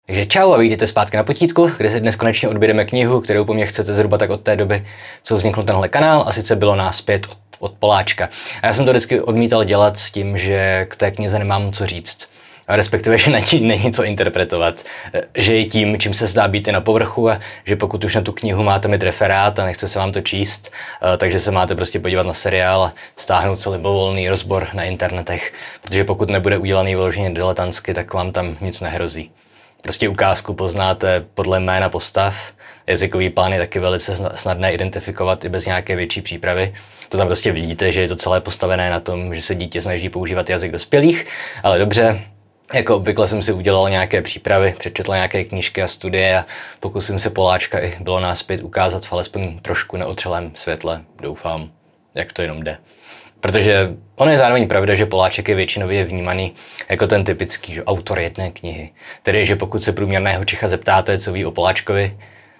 Takže čau a vítejte zpátky na potítku, kde si dnes konečně odběreme knihu, kterou po mně chcete zhruba tak od té doby, co vznikl tenhle kanál, a sice Bylo nás 5 od Poláčka. A já jsem to vždycky odmítal dělat s tím, že k té knize nemám co říct. A respektive, že na ní není co interpretovat. Že je tím, čím se zdá být i na povrchu, a že pokud už na tu knihu máte mít referát a nechce se vám to číst, takže se máte prostě podívat na seriál a stáhnout si libovolný rozbor na internetech. Protože pokud nebude udělaný vyloženě diletantsky, tak vám tam nic nehrozí. Prostě ukázku poznáte podle jména postav. Jazykový plán je taky velice snadné identifikovat i bez nějaké větší přípravy. To tam prostě vidíte, že je to celé postavené na tom, že se dítě snaží používat jazyk dospělých, ale dobře. Jako obvykle jsem si udělal nějaké přípravy, přečetl nějaké knížky a studie a pokusím se Poláčka i Bylo nás 5 ukázat v alespoň trošku neotřelém světle, doufám, jak to jenom jde. Protože ono je zároveň pravda, že Poláček je většinově vnímaný jako ten typický autor jedné knihy. Tedy, že pokud se průměrného Čecha zeptáte, co ví o Poláčkovi,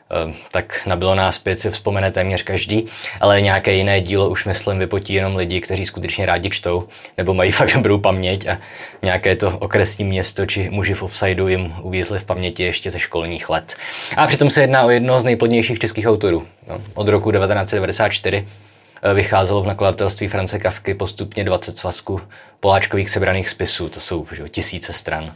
tak na Bylo nás 5 si vzpomene téměř každý, ale nějaké jiné dílo už myslím vypotí jenom lidi, kteří skutečně rádi čtou, nebo mají fakt dobrou paměť a nějaké to okresní město či muži v offsideu jim uvízli v paměti ještě ze školních let. A přitom se jedná o jednoho z nejplodnějších českých autorů. Od roku 1994 vycházelo v nakladatelství France Kafky postupně 20 svazků Poláčkových sebraných spisů, to jsou tisíce stran.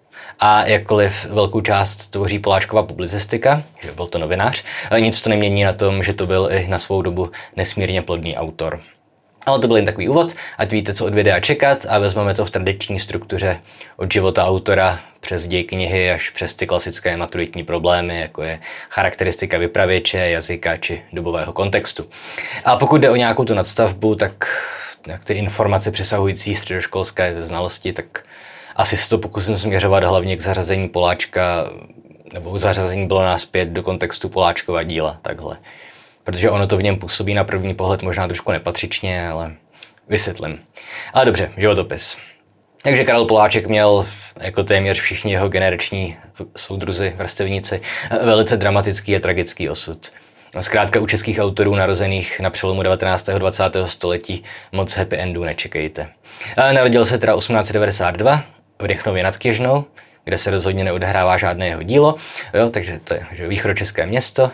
A jakkoliv velkou část tvoří Poláčkova publicistika, že byl to novinář, nic to nemění na tom, že to byl i na svou dobu nesmírně plodný autor. Ale to byl jen takový úvod, ať víte, co od videa čekat, a vezmeme to v tradiční struktuře od života autora přes děj knihy až přes ty klasické maturitní problémy, jako je charakteristika vypravěče, jazyka či dobového kontextu. A pokud jde o nějakou tu nadstavbu, tak ty informace přesahující středoškolské znalosti, tak asi se to pokusím směřovat hlavně k zařazení Poláčka, nebo zařazení Bylo nás 5 do kontextu Poláčkova díla, takhle. Protože ono to v něm působí na první pohled možná trošku nepatřičně, ale vysvětlím. Ale dobře, životopis. Takže Karel Poláček měl, jako téměř všichni jeho generační soudruzi, vrstevníci, velice dramatický a tragický osud. Zkrátka u českých autorů narozených na přelomu 19. a 20. století moc happy endů nečekejte. Narodil se teda 1892 v Rychnově nad Kněžnou, kde se rozhodně neodehrává žádné jeho dílo, jo, takže to je východočeské město.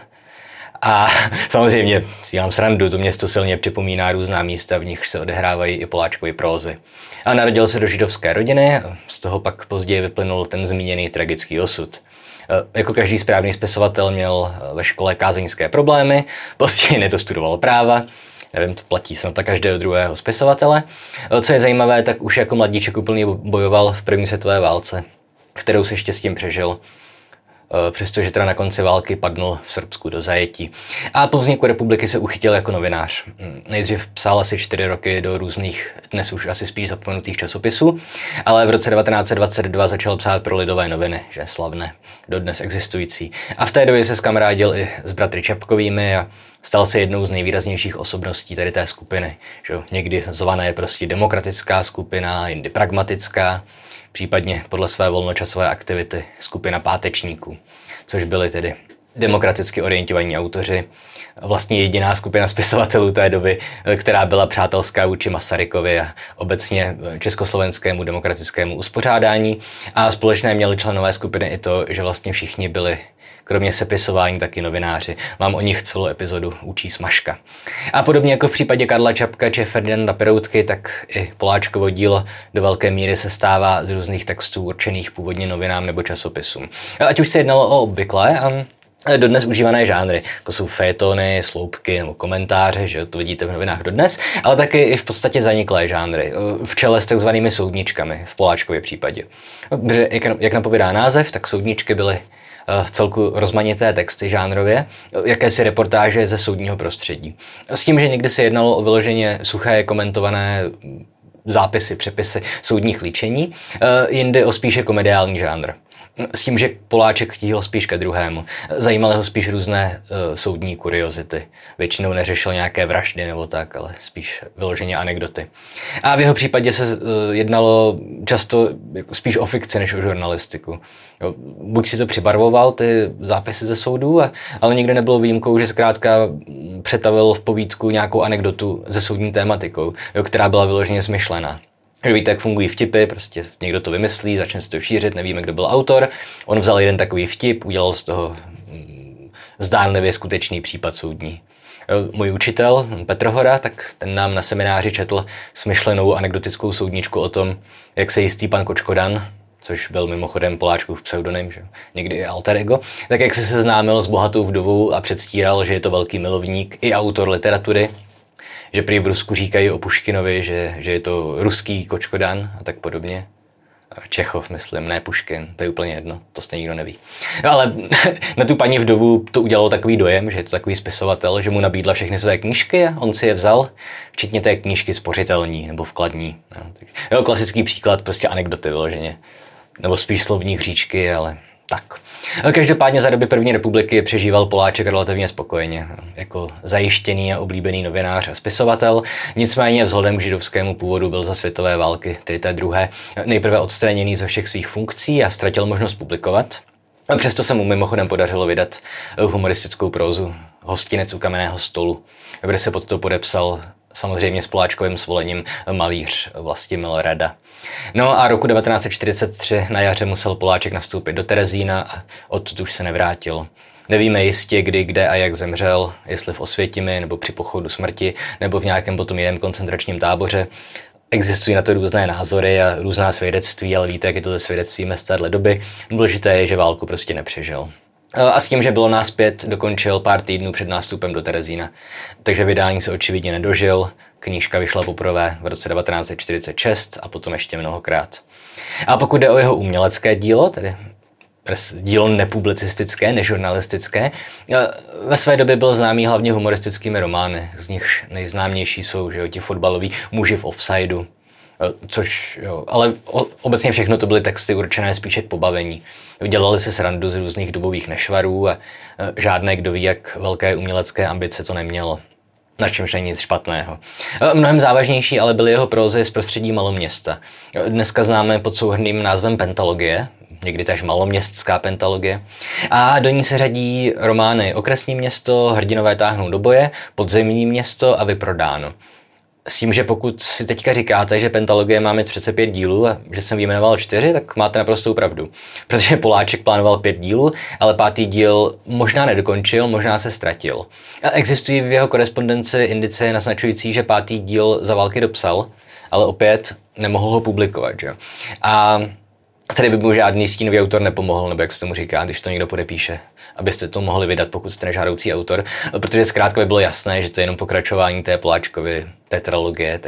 A samozřejmě si dělám srandu, to město silně připomíná různá místa, v nich se odehrávají i Poláčkovy prózy. A narodil se do židovské rodiny, z toho pak později vyplynul ten zmíněný tragický osud. Jako každý správný spisovatel měl ve škole kázeňské problémy, později nedostudoval práva, nevím, to platí snad na každého druhého spisovatele. Co je zajímavé, tak už jako mladíček úplně bojoval v první světové válce, kterou se štěstím přežil, přestože teda na konci války padnul v Srbsku do zajetí. A po vzniku republiky se uchytil jako novinář. Nejdřív psal asi 4 roky do různých, dnes už asi spíš zapomenutých časopisů, ale v roce 1922 začal psát pro Lidové noviny, že slavné, dodnes existující. A v té době se skamarádil i s bratry Čapkovými a stal se jednou z nejvýraznějších osobností tady té skupiny. Že někdy zvané prostě demokratická skupina, jindy pragmatická, případně podle své volnočasové aktivity skupina pátečníků, což byli tedy demokraticky orientovaní autoři, vlastně jediná skupina spisovatelů té doby, která byla přátelská vůči Masarykovi a obecně československému demokratickému uspořádání, a společné měli členové skupiny i to, že vlastně všichni byli kromě sepisování taky novináři. Mám o nich celou epizodu Učí Smažka. A podobně jako v případě Karla Čapka či Ferdinanda Peroutky, tak i Poláčkovo dílo do velké míry se stává z různých textů určených původně novinám nebo časopisům. Ať už se jednalo o obvyklé a dodnes užívané žánry, jako jsou fejetony, sloupky nebo komentáře, že to vidíte v novinách dodnes, ale taky i v podstatě zaniklé žánry, v čele s takzvanými soudničkami v Poláčkově případě. Protože jak napovídá název, tak soudničky byly v celku rozmanité texty žánrově, jakési reportáže ze soudního prostředí. S tím, že někdy se jednalo o vyloženě suché komentované zápisy, přepisy soudních líčení, jindy o spíše komediální žánr. S tím, že Poláček tíhl spíš ke druhému. Zajímaly ho spíš různé soudní kuriozity. Většinou neřešil nějaké vraždy nebo tak, ale spíš vyloženě anekdoty. A v jeho případě se jednalo často spíš o fikci než o žurnalistiku. Buď si to přibarvoval, ty zápisy ze soudů, ale nikdy nebylo výjimkou, že zkrátka přetavil v povídku nějakou anekdotu se soudní tématikou, která byla vyloženě smyšlená. Víte, jak fungují vtipy, prostě někdo to vymyslí, začne se to šířit, nevíme, kdo byl autor. On vzal jeden takový vtip, udělal z toho zdánlivě skutečný případ soudní. Můj učitel, Petr Hora, tak ten nám na semináři četl smyšlenou anekdotickou soudničku o tom, jak se jistý pan Kočkodan, což byl mimochodem Poláčkův pseudonym, že? Někdy i alter ego, tak jak se seznámil s bohatou vdovou a předstíral, že je to velký milovník i autor literatury, že prý v Rusku říkají o Puškinovi, že je to ruský Kočkodan a tak podobně. Čechov, myslím, ne Puškin, to je úplně jedno, to stejně nikdo neví. No, ale na tu paní vdovu to udělalo takový dojem, že je to takový spisovatel, že mu nabídla všechny své knížky a on si je vzal, včetně té knížky spořitelní nebo vkladní. Jo, klasický příklad, prostě anekdoty vyloženě. Nebo spíš slovní hříčky, ale tak. Každopádně za doby první republiky přežíval Poláček relativně spokojeně, jako zajištěný a oblíbený novinář a spisovatel. Nicméně vzhledem k židovskému původu byl za světové války, tedy té druhé, nejprve odstraněný ze všech svých funkcí a ztratil možnost publikovat. A přesto se mu mimochodem podařilo vydat humoristickou prózu Hostinec u kamenného stolu, kde se pod to podepsal samozřejmě s Poláčkovým svolením malíř Vlastimil Rada. No a roku 1943 na jaře musel Poláček nastoupit do Terezína a odtud už se nevrátil. Nevíme jistě, kdy, kde a jak zemřel, jestli v Osvětimi nebo při pochodu smrti, nebo v nějakém potom jiném koncentračním táboře. Existují na to různé názory a různá svědectví, ale víte, jak je to ze svědectví z téhle doby. Důležité je, že válku prostě nepřežil. A s tím, že bylo náspět, dokončil pár týdnů před nástupem do Terezína. Takže vydání se očividně nedožil. Knížka vyšla poprvé v roce 1946 a potom ještě mnohokrát. A pokud jde o jeho umělecké dílo, tedy dílo nepublicistické, nežurnalistické, ve své době byl známý hlavně humoristickými romány. Z nichž nejznámější jsou, že jo, ti fotbaloví Muži v offsideu. Což, jo, ale obecně všechno to byly texty určené spíše k pobavení. Dělali se srandu z různých dobových nešvarů a žádné, kdo ví, jak velké umělecké ambice to nemělo. Na čemž není nic špatného. Mnohem závažnější ale byly jeho prózy z prostředí maloměsta. Dneska známe pod souhrnným názvem pentalogie, někdy též maloměstská pentalogie. A do ní se řadí romány Okresní město, Hrdinové táhnou do boje, Podzemní město a Vyprodáno. S tím, že pokud si teďka říkáte, že pentalogie má mít přece 5 dílů a že jsem vyjmenoval 4, tak máte naprostou pravdu. Protože Poláček plánoval 5 dílů, ale 5. díl možná nedokončil, možná se ztratil. A existují v jeho korespondenci indicie naznačující, že 5. díl za války dopsal, ale opět nemohl ho publikovat. Že? A tady by mu žádný stínový autor nepomohl, nebo jak se tomu říká, když to někdo podepíše, abyste to mohli vydat, pokud jste nežádoucí autor, protože zkrátka by bylo jasné, že to je jenom pokračování té Poláčkovy tetralogie,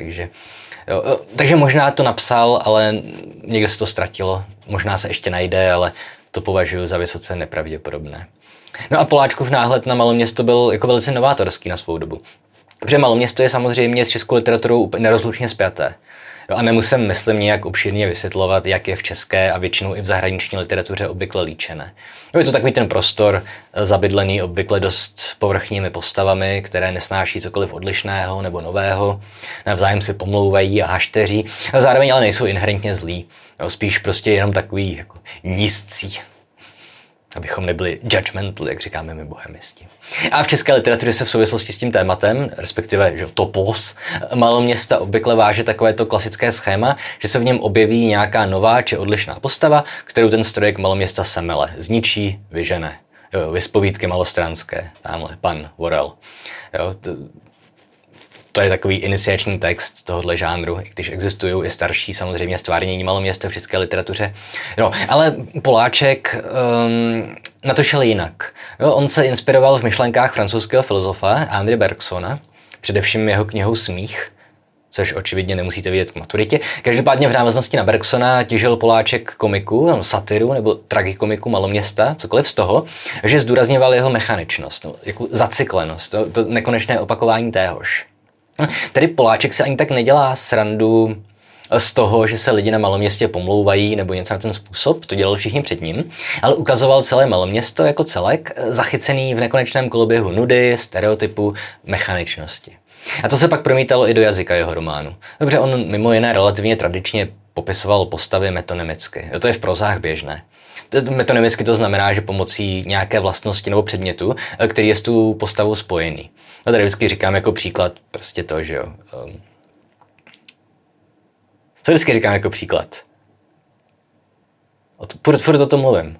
takže možná to napsal, ale někde se to ztratilo, možná se ještě najde, ale to považuji za vysoce nepravděpodobné. No a Poláčkův náhled na Maloměsto byl jako velice novátorský na svou dobu, protože Maloměsto je samozřejmě s českou literaturou nerozlučně spjaté. A nemusím, myslím, nějak obšírně vysvětlovat, jak je v české a většinou i v zahraniční literatuře obvykle líčené. Je to takový ten prostor zabydlený obvykle dost povrchními postavami, které nesnáší cokoliv odlišného nebo nového, navzájem si pomlouvají a hašteří, a zároveň ale nejsou inherentně zlí. Spíš prostě jenom takový jako nízcí. Abychom nebyli judgmental, jak říkáme my bohemisti. A v české literatuře se v souvislosti s tím tématem, respektive že topos Maloměsta obvykle váže takovéto klasické schéma, že se v něm objeví nějaká nová či odlišná postava, kterou ten strojek Maloměsta semele, zničí, vyžene. Jo, vyspovídky malostranské, tamhle pan Worel. Jo, to je takový iniciační text tohohle žánru, i když existují i starší samozřejmě stvárnění Maloměsta v české literatuře. No, ale Poláček na to šel jinak. Jo, on se inspiroval v myšlenkách francouzského filozofa André Bergsona, především jeho knihou Smích, což očividně nemusíte vidět k maturitě. Každopádně v návaznosti na Bergsona těžil Poláček komiku, satiru nebo tragikomiku Maloměsta, cokoliv z toho, že zdůrazňoval jeho mechaničnost, jako zacyklenost, to nekonečné opakování téhož. Tedy Poláček se ani tak nedělá srandu z toho, že se lidi na Maloměstě pomlouvají nebo něco na ten způsob, to dělali všichni před ním, ale ukazoval celé Maloměsto jako celek, zachycený v nekonečném koloběhu nudy, stereotypu, mechaničnosti. A to se pak promítalo i do jazyka jeho románu. Dobře, on mimo jiné relativně tradičně popisoval postavy metonymicky. To je v prozách běžné. Metonymicky to znamená, že pomocí nějaké vlastnosti nebo předmětu, který je s tou postavou spojený. No tady vždycky říkám jako příklad prostě to, že jo. To vždycky říkám jako příklad. Furt o tom mluvím.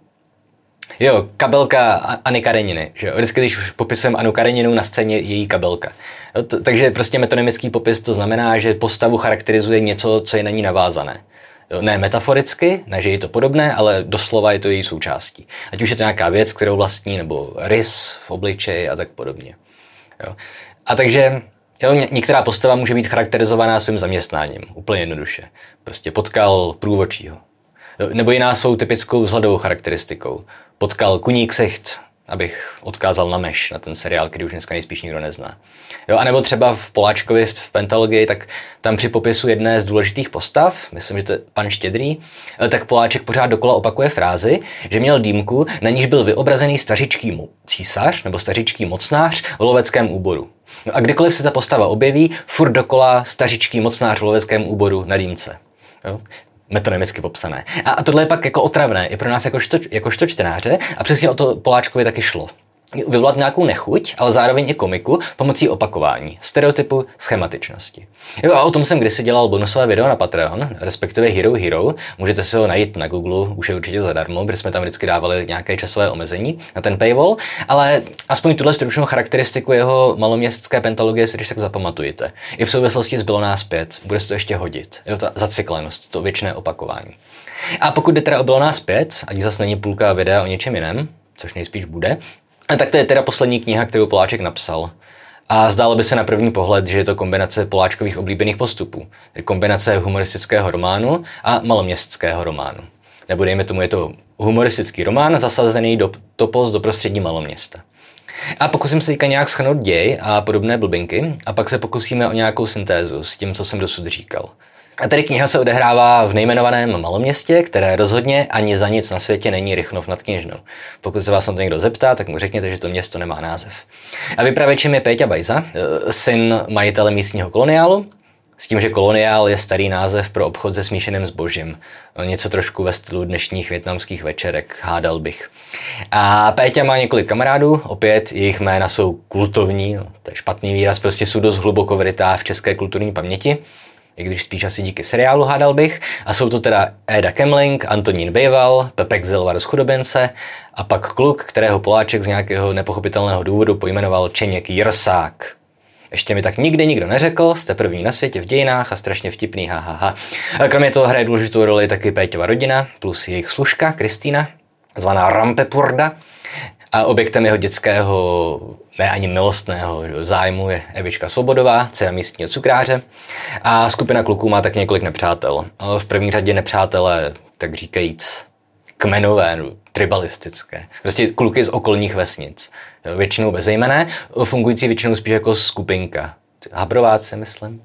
Jo, kabelka Anny Kareniny. Že jo? Vždycky, když popisujeme Annu Kareninu, na scéně její kabelka. Jo, takže prostě metonymický popis to znamená, že postavu charakterizuje něco, co je na ní navázané. Jo, ne metaforicky, ne, že je to podobné, ale doslova je to její součástí. Ať už je to nějaká věc, kterou vlastní, nebo rys v obličeji a tak podobně. Jo. A takže některá postava může být charakterizovaná svým zaměstnáním, úplně jednoduše. Prostě potkal průvodčího. Nebo jiná svou typickou vzhledovou charakteristikou. Potkal kuní ksicht, abych odkázal na Meš, na ten seriál, který už dneska nejspíš nikdo nezná. Jo, a nebo třeba v Poláčkovi v Pentalogii, tak tam při popisu jedné z důležitých postav, myslím, že to je pan Štědrý, tak Poláček pořád dokola opakuje frázi, že měl dýmku, na níž byl vyobrazený stařičký císař nebo stařičký mocnář v loveckém úboru. No a kdykoliv se ta postava objeví, furt dokola stařičký mocnář v loveckém úboru na dýmce. Jo? Metonymicky popsané. A tohle je pak jako otravné i pro nás jakožto čtenáře a přesně o to Poláčkovi taky šlo. Vyvolat nějakou nechuť, ale zároveň i komiku pomocí opakování, stereotypu, schematičnosti. Jo, a o tom jsem kdysi dělal bonusové video na Patreon, respektive Hero. Můžete si ho najít na Google, už je určitě zadarmo, protože jsme tam vždycky dávali nějaké časové omezení na ten paywall, ale aspoň tuhle stručnou charakteristiku jeho maloměstské pentalogie si když tak zapamatujte. I v souvislosti s Bylo nás 5, bude se to ještě hodit. Jo, ta zacyklenost, to věčné opakování. A pokud jde teda o Bylo nás 5, ať zase není půlka videa o něčem jiném, což nejspíš bude, tak to je teda poslední kniha, kterou Poláček napsal. A zdálo by se na první pohled, že je to kombinace Poláčkových oblíbených postupů. Kombinace humoristického románu a maloměstského románu. Nebo dejme tomu, je to humoristický román zasazený do topos do prostředí maloměsta. A pokusím se teďka nějak shrnout děj a podobné blbinky a pak se pokusíme o nějakou syntézu s tím, co jsem dosud říkal. A tady kniha se odehrává v nejmenovaném maloměstě, které rozhodně ani za nic na světě není Rychnov nad Kněžnou. Pokud se vás na to někdo zeptá, tak mu řekněte, že to město nemá název. A vypravěčem je Péťa Bajza, syn majitele místního koloniálu, s tím, že koloniál je starý název pro obchod se smíšeným zbožím. Něco trošku ve stylu dnešních vietnamských večerek, hádal bych. A Péťa má několik kamarádů, opět jejich jména jsou kultovní, to je špatný výraz, prostě jsou dost hluboko vrytá v české kulturní paměti. I když spíš asi díky seriálu, hádal bych. A jsou to teda Éda Kemling, Antonín Bejval, Pepek Zilvar z Chudobence a pak kluk, kterého Poláček z nějakého nepochopitelného důvodu pojmenoval Čeněk Jirsák. Ještě mi tak nikdy nikdo neřekl, jste první na světě v dějinách a strašně vtipný, hahaha. Kromě toho hraje důležitou roli taky Péťova rodina, plus jejich služka Kristýna, zvaná Rampepurda. A objektem jeho dětského, ne ani milostného zájmu je Evička Svobodová, dcera místního cukráře. A skupina kluků má tak několik nepřátel. V první řadě nepřátelé, tak říkajíc, kmenové, tribalistické. Prostě kluky z okolních vesnic. Většinou bezejmenné, fungující většinou spíš jako skupinka. Habrováci, myslím.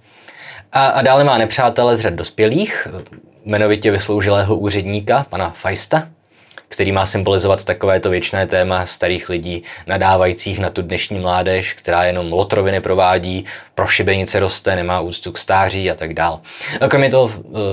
A dále má nepřátele z řad dospělých, jmenovitě vysloužilého úředníka, pana Feista, který má symbolizovat takovéto věčné téma starých lidí, nadávajících na tu dnešní mládež, která jenom lotroviny provádí, pro šibenice roste, nemá úctu k stáří a tak dál. Kromě toho,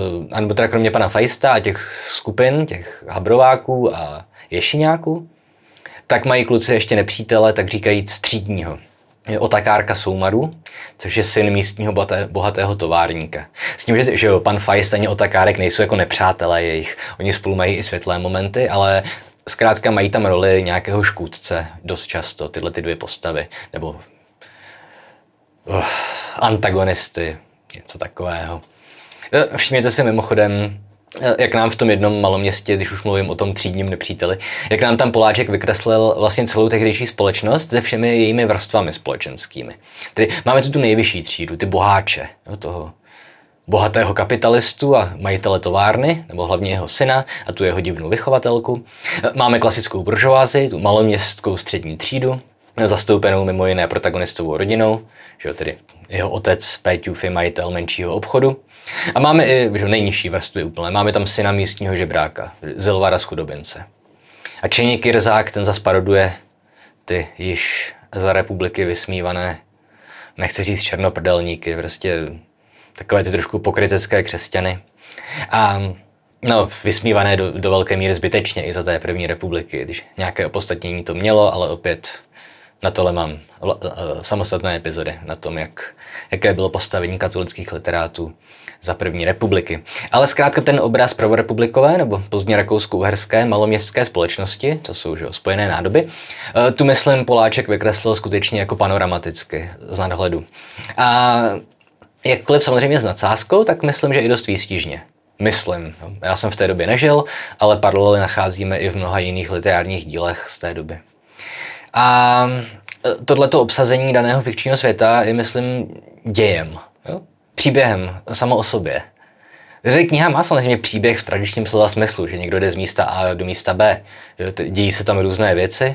kromě pana Feista a těch skupin, těch habrováků a ješiňáků, tak mají kluci ještě nepřítele, tak říkajíc třídního. Otakárka Soumaru, což je syn místního bohatého továrníka. S tím, že jo, pan Feist ani Otakárek nejsou jako nepřátelé jejich. Oni spolu mají i světlé momenty, ale zkrátka mají tam roli nějakého škůdce dost často, tyhle ty dvě postavy. Nebo antagonisty, něco takového. Všimněte si mimochodem, jak nám v tom jednom maloměstě, když už mluvím o tom třídním nepříteli, jak nám tam Poláček vykreslil vlastně celou tehdejší společnost se všemi jejími vrstvami společenskými. Tedy máme tu nejvyšší třídu, ty boháče, jo, toho bohatého kapitalistu a majitele továrny, nebo hlavně jeho syna a tu jeho divnou vychovatelku. Máme klasickou buržoázi, tu maloměstskou střední třídu, zastoupenou mimo jiné protagonistovou rodinou, že jo, tedy jeho otec Péťův je majitel menšího obchodu. A máme i nejnižší vrstvy úplně. Máme tam syna místního žebráka, Zilvara z Chudobince. A Čeněk Jirsák, ten zas paroduje ty již za republiky vysmívané, nechci říct černoprdelníky, prostě takové ty trošku pokrytecké křesťany. A vysmívané do velké míry zbytečně i za té první republiky, když nějaké opodstatnění to mělo, ale opět na tohle mám samostatné epizody, na tom, jaké bylo postavení katolických literátů za první republiky. Ale zkrátka ten obraz prvorepublikové nebo pozdně rakousko-uherské maloměstské společnosti, to jsou už spojené nádoby, tu myslím Poláček vykreslil skutečně jako panoramaticky z nadhledu. A jakkoliv samozřejmě s nadsázkou, tak myslím, že i dost výstižně. Myslím. Já jsem v té době nežil, ale paralely nacházíme i v mnoha jiných literárních dílech z té doby. A tohleto obsazení daného fikčního světa je, myslím, dějem. Jo? Příběhem samo o sobě. Kniha má samozřejmě příběh v tradičním slova smyslu, že někdo jde z místa A do místa B. Dějí se tam různé věci,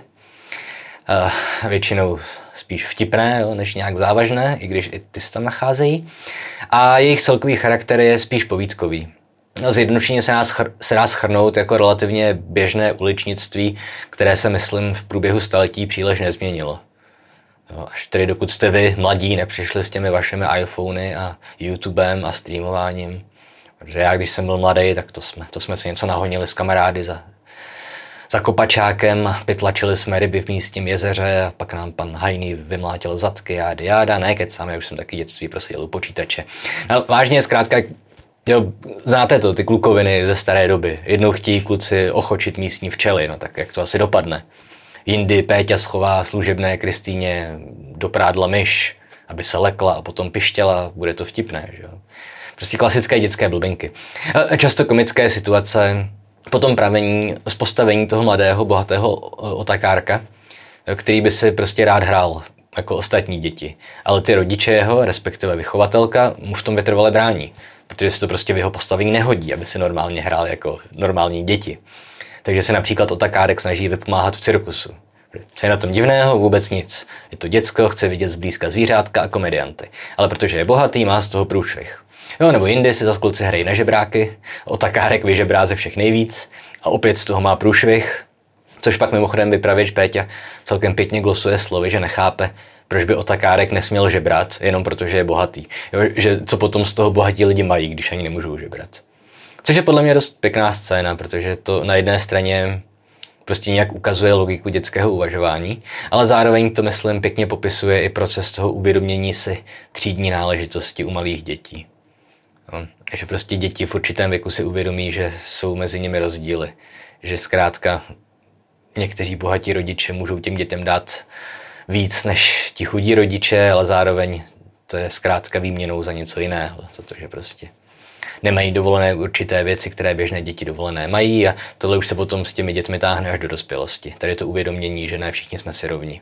většinou spíš vtipné, než nějak závažné, i když i ty se tam nacházejí. A jejich celkový charakter je spíš povídkový. Zjednodušeně se dá shrnout jako relativně běžné uličnictví, které se, myslím, v průběhu staletí příliš nezměnilo. Až tedy dokud jste vy, mladí, nepřišli s těmi vašimi iPhony a YouTubem a streamováním. Protože já, když jsem byl mladý, tak to jsme si něco nahonili s kamarády za kopačákem, pytlačili jsme ryby v místním jezeře a pak nám pan Hajný vymlátil zadky, jáda, ne kecám, já už jsem taky dětství prosadil u počítače. No, vážně zkrátka, jo, znáte to, ty klukoviny ze staré doby. Jednou chtějí kluci ochočit místní včely, no tak jak to asi dopadne. Jindy Péťa schová služebné Kristýně do prádla myš, aby se lekla a potom pištěla, bude to vtipné, že jo. Prostě klasické dětské blbinky. Často komické situace potom pramení z postavení toho mladého, bohatého otakárka, který by si prostě rád hrál jako ostatní děti. Ale ty rodiče jeho, respektive vychovatelka, mu v tom vytrvale brání, protože se to prostě v jeho postavení nehodí, aby si normálně hrál jako normální děti. Takže se například otakárek snaží vypomáhat v cirkusu. Co je na tom divného? Vůbec nic. Je to děcko, chce vidět zblízka zvířátka a komedianty. Ale protože je bohatý, má z toho průšvih. Jo, nebo jindy si zas kluci hrají na žebráky, otakárek vyžebrá ze všech nejvíc a opět z toho má průšvih, což pak mimochodem vypravěč Péťa celkem pěkně glosuje slovy, že nechápe, proč by otakárek nesměl žebrat, jenom protože je bohatý. Jo, že co potom z toho bohatí lidi mají, když ani nemůžou žebrat. Což je podle mě dost pěkná scéna, protože to na jedné straně prostě nějak ukazuje logiku dětského uvažování, ale zároveň to, myslím, pěkně popisuje i proces toho uvědomění si třídní náležitosti u malých dětí. No, že prostě děti v určitém věku si uvědomí, že jsou mezi nimi rozdíly. Že zkrátka někteří bohatí rodiče můžou těm dětem dát víc než ti chudí rodiče, ale zároveň to je zkrátka výměnou za něco jiného, protože prostě nemají dovolené určité věci, které běžné děti dovolené mají a tohle už se potom s těmi dětmi táhne až do dospělosti. Tady je to uvědomění, že ne všichni jsme si rovni.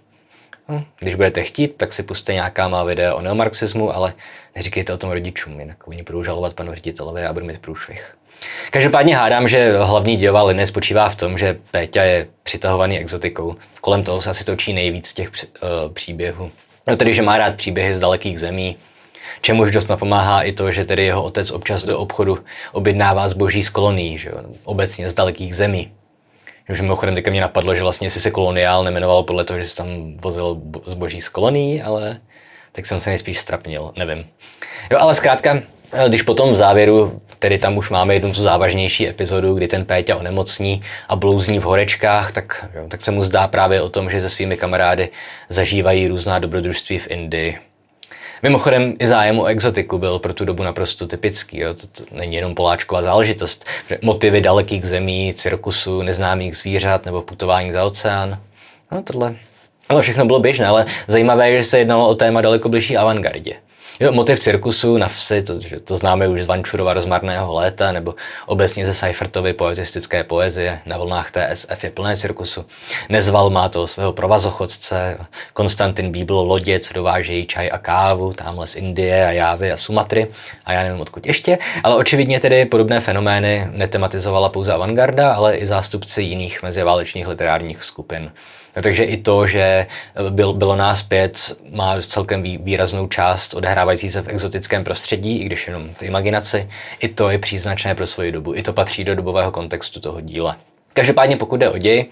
Když budete chtít, tak si pusťte nějaká má videa o neomarxismu, ale neříkejte o tom rodičům, jinak oni budou žalovat panu ředitelovi a budou mít průšvih. Každopádně hádám, že hlavní dějová linie spočívá v tom, že Péťa je přitahovaný exotikou. Kolem toho se asi točí nejvíc těch příběhů. No tedy, že má rád příběhy z dalekých zemí, čemuž dost napomáhá i to, že tedy jeho otec občas do obchodu objednává zboží z kolonií, že jo? Obecně z dalekých zemí. Že mimochodem teďka mě napadlo, že vlastně si se koloniál nemenoval podle toho, že si tam vozil zboží z kolonií, ale tak jsem se nejspíš strapnil, nevím. Jo, ale zkrátka, když potom v závěru, tedy tam už máme jednu tu závažnější epizodu, kdy ten Péťa onemocní a blouzní v horečkách, tak se mu zdá právě o tom, že se svými kamarády zažívají různá dobrodružství v Indii. Mimochodem i zájem o exotiku byl pro tu dobu naprosto typický. Jo. To není jenom poláčková záležitost. Motivy dalekých zemí, cirkusu, neznámých zvířat nebo putování za oceán. No tohle všechno bylo běžné, ale zajímavé je, že se jednalo o téma daleko bližší avantgardě. Jo, motiv cirkusu na vsi, to známe už z Vančurova Rozmarného léta, nebo obecně ze Seifertovy poetistické poezie, na vlnách TSF je plné cirkusu. Nezval má toho svého provazochodce, Konstantin Bíbl lodě, co dovážejí čaj a kávu, tamhle z Indie a Jávy a Sumatry, a já nevím odkud ještě, ale očividně tedy podobné fenomény netematizovala pouze avantgarda, ale i zástupci jiných meziválečných literárních skupin. No, takže i to, že bylo nás 5, má celkem výraznou část odehrávající se v exotickém prostředí, i když jenom v imaginaci, i to je příznačné pro svoji dobu, i to patří do dobového kontextu toho díla. Každopádně pokud jde o děj,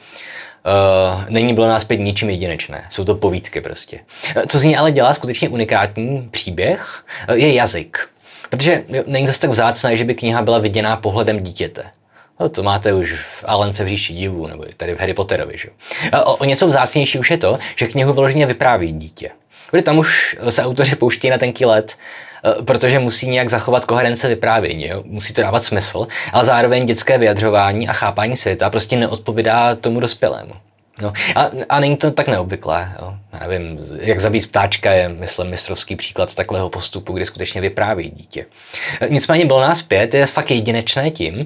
není Bylo nás 5 ničím jedinečné, jsou to povídky prostě. Co z ní ale dělá skutečně unikátní příběh, je jazyk. Protože není zase tak vzácné, že by kniha byla viděná pohledem dítěte. No, to máte už v Alence v říši divů, nebo tady v Harry Potterovi. Že? O něco vzácnější už je to, že knihu vyloženě vypráví dítě. Protože tam už se autoři pouští na tenký led, protože musí nějak zachovat koherence vyprávění. Jo? Musí to dávat smysl, ale zároveň dětské vyjadřování a chápání světa prostě neodpovídá tomu dospělému. No, a není to tak neobvyklé. Jo. Já nevím, jak zabít ptáčka je, myslím, mistrovský příklad takového postupu, kdy skutečně vypráví dítě. Nicméně Bylo nás 5 je fakt jedinečné tím,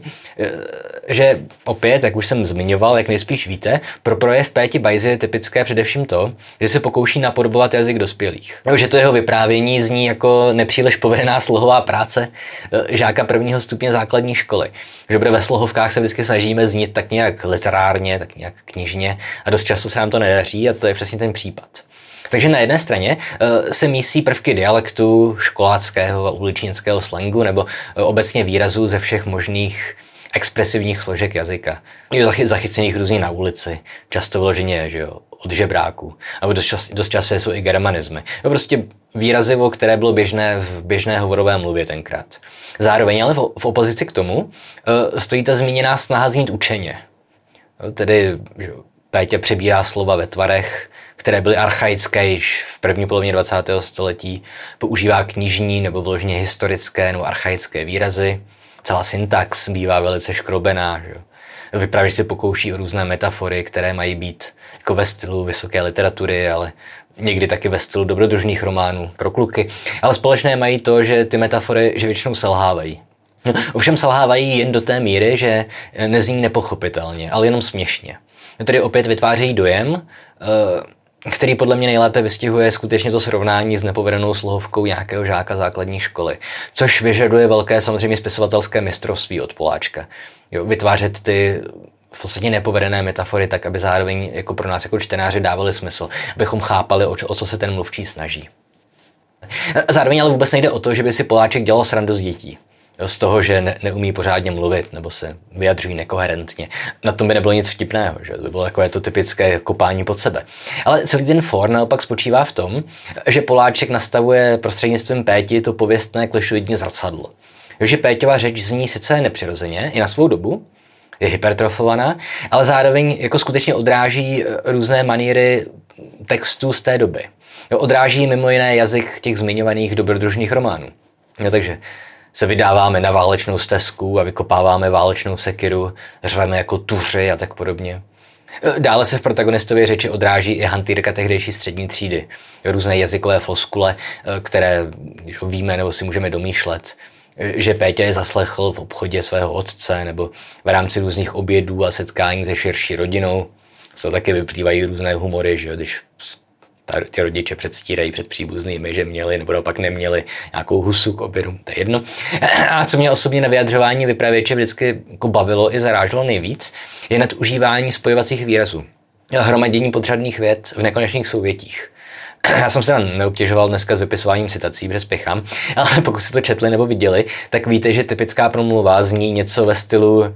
že opět, jak už jsem zmiňoval, jak nejspíš víte, pro projev Péti Bajzy je typické především to, že se pokouší napodobovat jazyk dospělých. Že to jeho vyprávění zní jako nepříliš povedená slohová práce žáka prvního stupně základní školy. Že ve slohovkách se vždycky snažíme znít tak nějak literárně, tak nějak knižně a dost často se nám to nedaří a to je přesně ten případ. Takže na jedné straně se mísí prvky dialektu, školáckého a uličnického slangu nebo obecně výrazů ze všech možných expresivních složek jazyka. Zachycených různě na ulici, často vyloženě, že jo, od žebráků. A dost často jsou i germanizmy. No prostě výrazy, které bylo běžné v běžné hovorové mluvě tenkrát. Zároveň ale v opozici k tomu stojí ta zmíněná snaha znít učeně. Tedy, že Pétě přebírá slova ve tvarech, které byly archaické již v první polovině 20. století, používá knižní nebo vložně historické nebo archaické výrazy, celá syntax bývá velice škrobená. Že? Vypravěč se pokouší o různé metafory, které mají být jako ve stylu vysoké literatury, ale někdy taky ve stylu dobrodružných románů pro kluky. Ale společné mají to, že ty metafory že většinou selhávají. Ovšem selhávají jen do té míry, že nezní nepochopitelně, ale jenom směšně. Tedy opět vytvářejí dojem, který podle mě nejlépe vystihuje skutečně to srovnání s nepovedenou slohovkou nějakého žáka základní školy. Což vyžaduje velké samozřejmě spisovatelské mistrovství od Poláčka. Jo, vytvářet ty vlastně nepovedené metafory tak, aby zároveň jako pro nás jako čtenáři dávaly smysl, abychom chápali, o co se ten mluvčí snaží. Zároveň ale vůbec nejde o to, že by si Poláček dělal srandu z dětí. Z toho, že neumí pořádně mluvit nebo se vyjadřují nekoherentně. Na tom by nebylo nic vtipného, že to by bylo takové to typické kopání pod sebe. Ale celý ten for naopak spočívá v tom, že Poláček nastavuje prostřednictvím Péti to pověstné klišoidní zrcadlo. Že Péťova řeč zní sice nepřirozeně i na svou dobu, je hypertrofovaná, ale zároveň jako skutečně odráží různé maníry textů z té doby. Odráží mimo jiné jazyk těch zmiňovaných dobrodružných románů. Takže se vydáváme na válečnou stezku a vykopáváme válečnou sekiru, řveme jako tuři a tak podobně. Dále se v protagonistově řeči odráží i hantýrka tehdejší střední třídy. Různé jazykové floskule, které víme nebo si můžeme domýšlet. Že Péťa je zaslechl v obchodě svého otce nebo v rámci různých obědů a setkání se širší rodinou. Z toho taky vyplývají různé humory, že když ty rodiče předstírají před příbuznými, že měli nebo naopak neměli nějakou husu k obědu, to je jedno. A co mě osobně na vyjadřování vypravěče vždycky jako bavilo i zaráželo nejvíc, je nadužívání spojovacích výrazů. Hromadění podřadných vět v nekonečných souvětích. Já jsem se tam neobtěžoval dneska s vypisováním citací, protože spěchám, ale pokud jste to četli nebo viděli, tak víte, že typická promluva zní něco ve stylu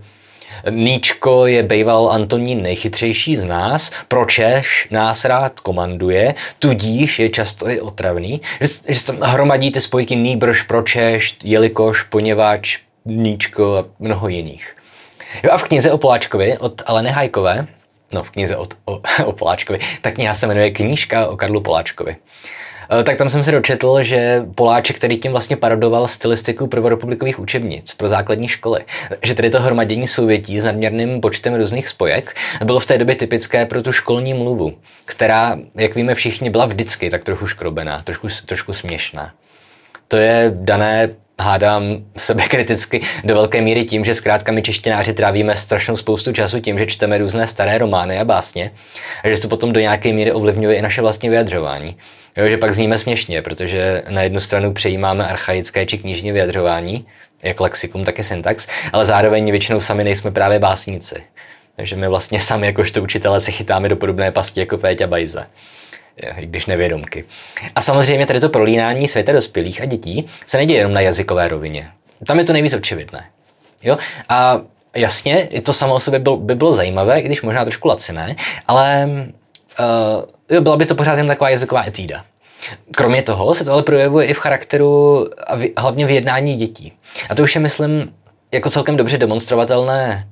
Níčko je bejval Antonín nejchytřejší z nás, pročež nás rád komanduje, tudíž je často i otravný. Že tam hromadí ty spojky nýbrž, pročež, jelikož, poněvadž, Níčko a mnoho jiných. Jo a v knize o Poláčkovi od Aleny Hajkové, v knize o Poláčkovi, ta kniha se jmenuje Knížka o Karlu Poláčkovi. Tak tam jsem se dočetl, že Poláček, který tím vlastně parodoval stylistiku prvorepublikových učebnic pro základní školy, že tedy to hromadění souvětí s nadměrným počtem různých spojek bylo v té době typické pro tu školní mluvu, která, jak víme všichni, byla vždycky tak trochu škrobená, trošku směšná. To je dané, hádám, sebekriticky do velké míry tím, že zkrátka my češtináři trávíme strašnou spoustu času tím, že čteme různé staré romány a básně a že to potom do nějaké míry ovlivňuje i naše vlastní vyjadřování. Jo, že pak zníme směšně, protože na jednu stranu přejímáme archaické či knižní vyjadřování, jak lexikum, tak i syntax, ale zároveň většinou sami nejsme právě básníci. Takže my vlastně sami jakožto učitelé se chytáme do podobné pasti jako Péťa Bajza, i když nevědomky. A samozřejmě tady to prolínání světa dospělých a dětí se neděje jenom na jazykové rovině. Tam je to nejvíc očividné. Jo? A jasně, i to samo o sobě by bylo zajímavé, i když možná trošku laciné, ale byla by to pořád jen taková jazyková etída. Kromě toho se to ale projevuje i v charakteru a hlavně v jednání dětí. A to už je, myslím, jako celkem dobře demonstrovatelné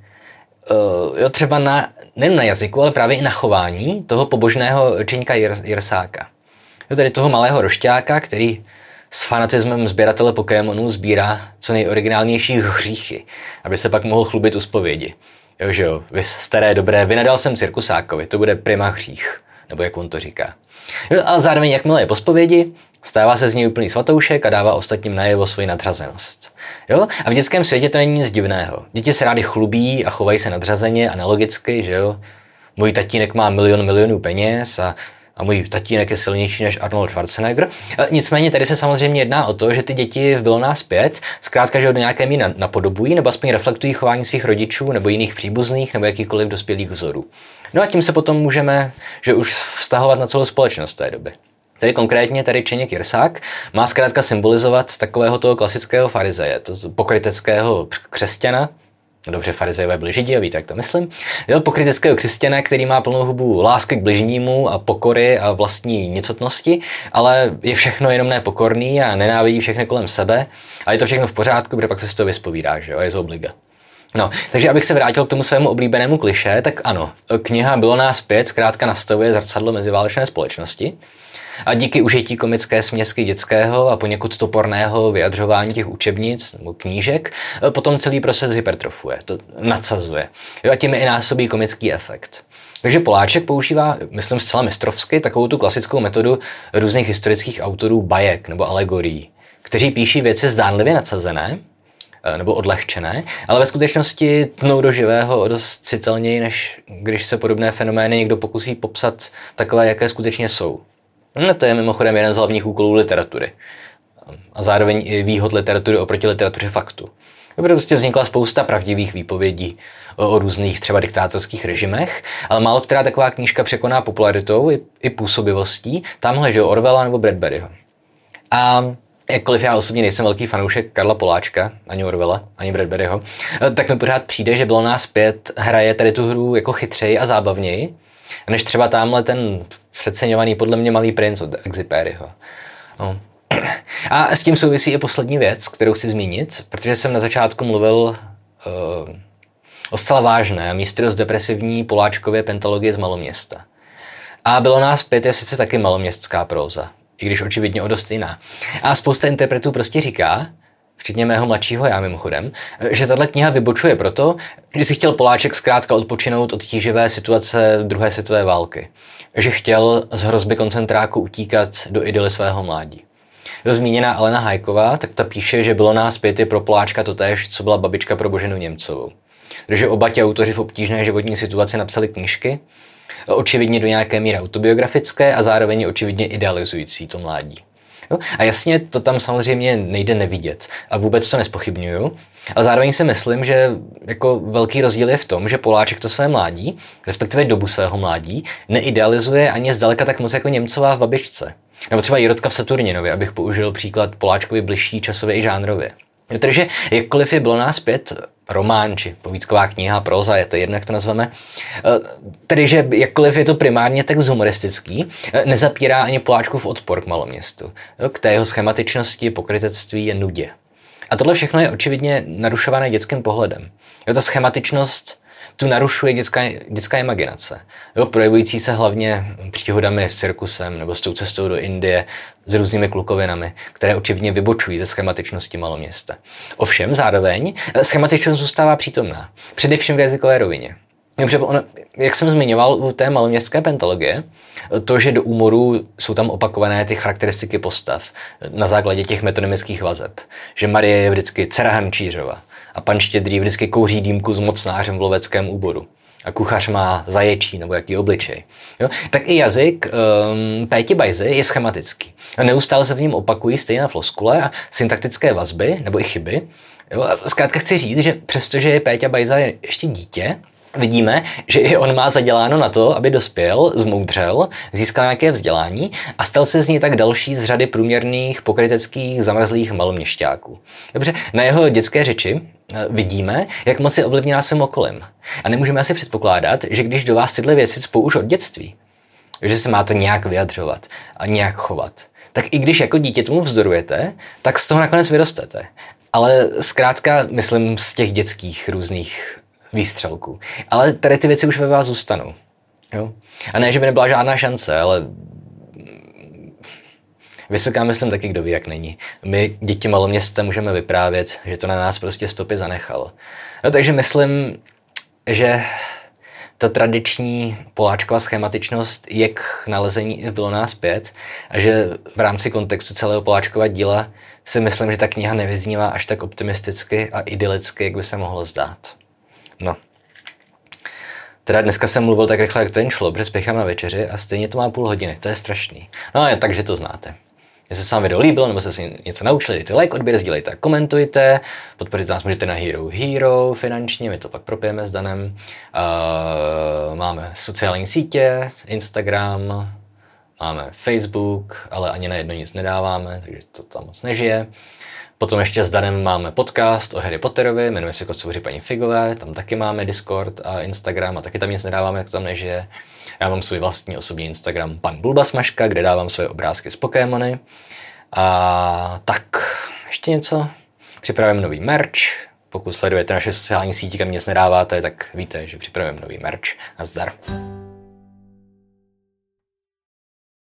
třeba nejen na jazyku, ale právě i na chování toho pobožného Čeňka Jirsáka. Jo, tady toho malého rošťáka, který s fanatismem sběratele Pokémonů sbírá co nejoriginálnější hříchy, aby se pak mohl chlubit u zpovědi. Jo, že jo, staré dobré, vynadal jsem cirkusákovi, to bude prima hřích, nebo jak on to říká. Jo, ale zároveň, jakmile je po zpovědi, stává se z něj úplný svatoušek a dává ostatním najevo svoji nadřazenost. Jo? A v dětském světě to není nic divného. Děti se rády chlubí a chovají se nadřazeně a nelogicky, že jo. Můj tatínek má milionů peněz a můj tatínek je silnější než Arnold Schwarzenegger. Nicméně tady se samozřejmě jedná o to, že ty děti v Bylo nás 5 zkrátka, že ho do nějaké míry napodobují nebo aspoň reflektují chování svých rodičů nebo jiných příbuzných nebo jakýchkoliv dospělých vzorů. No a tím se potom můžeme, že už vztahovat na celou společnost té doby. Tedy konkrétně tady Čeněk Jirsák má zkrátka symbolizovat takového toho klasického farizeje, to pokryteckého křesťana. No dobře, farizejové byli židi, víte, jak to myslím. Jo, pokryteckého křesťana, který má plnou hubu lásky k bližnímu a pokory a vlastní nicotnosti, ale je všechno jenom nepokorný a nenávidí všechny kolem sebe. A je to všechno v pořádku, protože pak se z toho vyspovídá, že jo, je to obliga. No, takže abych se vrátil k tomu svému oblíbenému klišé, tak ano, kniha Bylo nás 5 zkrátka nastavuje zrcadlo meziválečné společnosti. A díky užití komické směsky dětského a poněkud toporného vyjadřování těch učebnic nebo knížek potom celý proces hypertrofuje, to nadsazuje. Jo, a tím je i násobí komický efekt. Takže Poláček používá, myslím zcela mistrovsky, takovou tu klasickou metodu různých historických autorů bajek nebo alegorií, kteří píší věci zdánlivě nadsazené nebo odlehčené, ale ve skutečnosti tnou do živého o dost citelněji, než když se podobné fenomény někdo pokusí popsat takové, jaké skutečně jsou. No, to je mimochodem jeden z hlavních úkolů literatury. A zároveň i výhod literatury oproti literatuře faktu. Prostě vznikla spousta pravdivých výpovědí o různých třeba diktátorských režimech, ale málo která taková knížka překoná popularitou i působivostí tamhle, že Orwella nebo Bradburyho. A jakkoliv já osobně nejsem velký fanoušek Karla Poláčka, ani Orwella, ani Bradburyho, tak mi pořád přijde, že Bylo nás 5 hraje tady tu hru jako chytřeji a zábavněji, než třeba tamhle ten přeceňovaný podle mě Malý princ od Exupéryho. No. A s tím souvisí i poslední věc, kterou chci zmínit, protože jsem na začátku mluvil o zcela vážné a místy dost depresivní Poláčkově pentalogie z Maloměsta. A Bylo nás 5 je sice taky maloměstská próza, i když očividně o dost jiná. A spousta interpretů prostě říká, včetně mého mladšího já mimochodem, že tahle kniha vybočuje proto, že si chtěl Poláček zkrátka odpočinout od tíživé situace druhé světové války. Že chtěl z hrozby koncentráku utíkat do idyly svého mládí. Zmíněná Alena Hajková, tak ta píše, že Bylo nás 5 je pro Poláčka totéž, co byla babička pro Boženu Němcovou. Takže oba ti autoři v obtížné životní situaci napsali knížky, očividně do nějaké míry autobiografické a zároveň očividně idealizující to mládí. Jo? A jasně, to tam samozřejmě nejde nevidět a vůbec to nespochybňuju, ale zároveň si myslím, že jako velký rozdíl je v tom, že Poláček to své mládí, respektive dobu svého mládí, neidealizuje ani zdaleka tak moc jako Němcová v Babičce. Nebo třeba Jirotka v Saturninově, abych použil příklad Poláčkovi bližší časově i žánrově. Takže jakkoliv je Bylo nás 5 román či povídková kniha, próza, je to jedno, jak to nazveme, tedy že jakkoliv je to primárně text humoristický, nezapírá ani Poláčkův odpor k Maloměstu, k té jeho schematičnosti, pokrytectví a nudě. A tohle všechno je očividně narušované dětským pohledem. Ta schematičnost tu narušuje dětská imaginace, projevující se hlavně příhodami s cirkusem nebo s tou cestou do Indie s různými klukovinami, které očividně vybočují ze schematičnosti Maloměsta. Ovšem zároveň schematičnost zůstává přítomná, především v jazykové rovině. Dobře, jak jsem zmiňoval u té maloměstské pentalogie, to, že do úmoru jsou tam opakované ty charakteristiky postav na základě těch metonymických vazeb. Že Marie je vždycky dcera Hančířova a pan Štědrý vždycky kouří dýmku s mocnářem v loveckém úboru. A kuchař má zaječí nebo jaký obličej. Jo? Tak i jazyk Péti Bajzy je schematický. Neustále se v něm opakují stejné floskule a syntaktické vazby nebo i chyby. Jo? A zkrátka chci říct, že přestože je Péťa Bajza ještě dítě, vidíme, že i on má zaděláno na to, aby dospěl, zmoudřel, získal nějaké vzdělání a stal se z něj tak další z řady průměrných, pokryteckých, zamrzlých maloměšťáků. Dobře, na jeho dětské řeči vidíme, jak moc je ovlivněná svým okolím. A nemůžeme asi předpokládat, že když do vás tyhle věci cpou už od dětství, že se máte nějak vyjadřovat a nějak chovat, tak i když jako dítě tomu vzdorujete, tak z toho nakonec vyrostete. Ale zkrátka, myslím, z těch dětských různých výstřelků. Ale tady ty věci už ve vás zůstanou. Jo? A ne, že by nebyla žádná šance, ale Vysoká, myslím, taky kdo ví, jak není. My, děti maloměsta, můžeme vyprávět, že to na nás prostě stopy zanechalo. No, takže myslím, že ta tradiční poláčková schematičnost je k nalezení i v Bylo nás 5 a že v rámci kontextu celého Poláčkova díla si myslím, že ta kniha nevyznívá až tak optimisticky a idylicky, jak by se mohlo zdát. No. Teda dneska jsem mluvil tak rychle, jak to jen šlo, protože spěchám na večeři a stejně to má půl hodiny, to je strašný. No a takže to znáte. Jestli se vám video líbilo, nebo jste si něco naučili, dejte like, odběr, sdílejte, komentujte, podpořit nás můžete na Hero finančně, my to pak propijeme s Danem. Máme sociální sítě, Instagram, máme Facebook, ale ani na jedno nic nedáváme, takže to tam moc nežije. Potom ještě s Danem máme podcast o Harry Potterovi, jmenuje se Kocouři paní Figové, tam taky máme Discord a Instagram a taky tam nic nedáváme, jak to tam nežije. Já mám svůj vlastní osobní Instagram Pan Bulbasmažka, kde dávám svoje obrázky z Pokémony. A tak, ještě něco? Připravujeme nový merch. Pokud sledujete naše sociální sítě, kam nic nedáváte, tak víte, že připravujeme nový merch. Nazdar.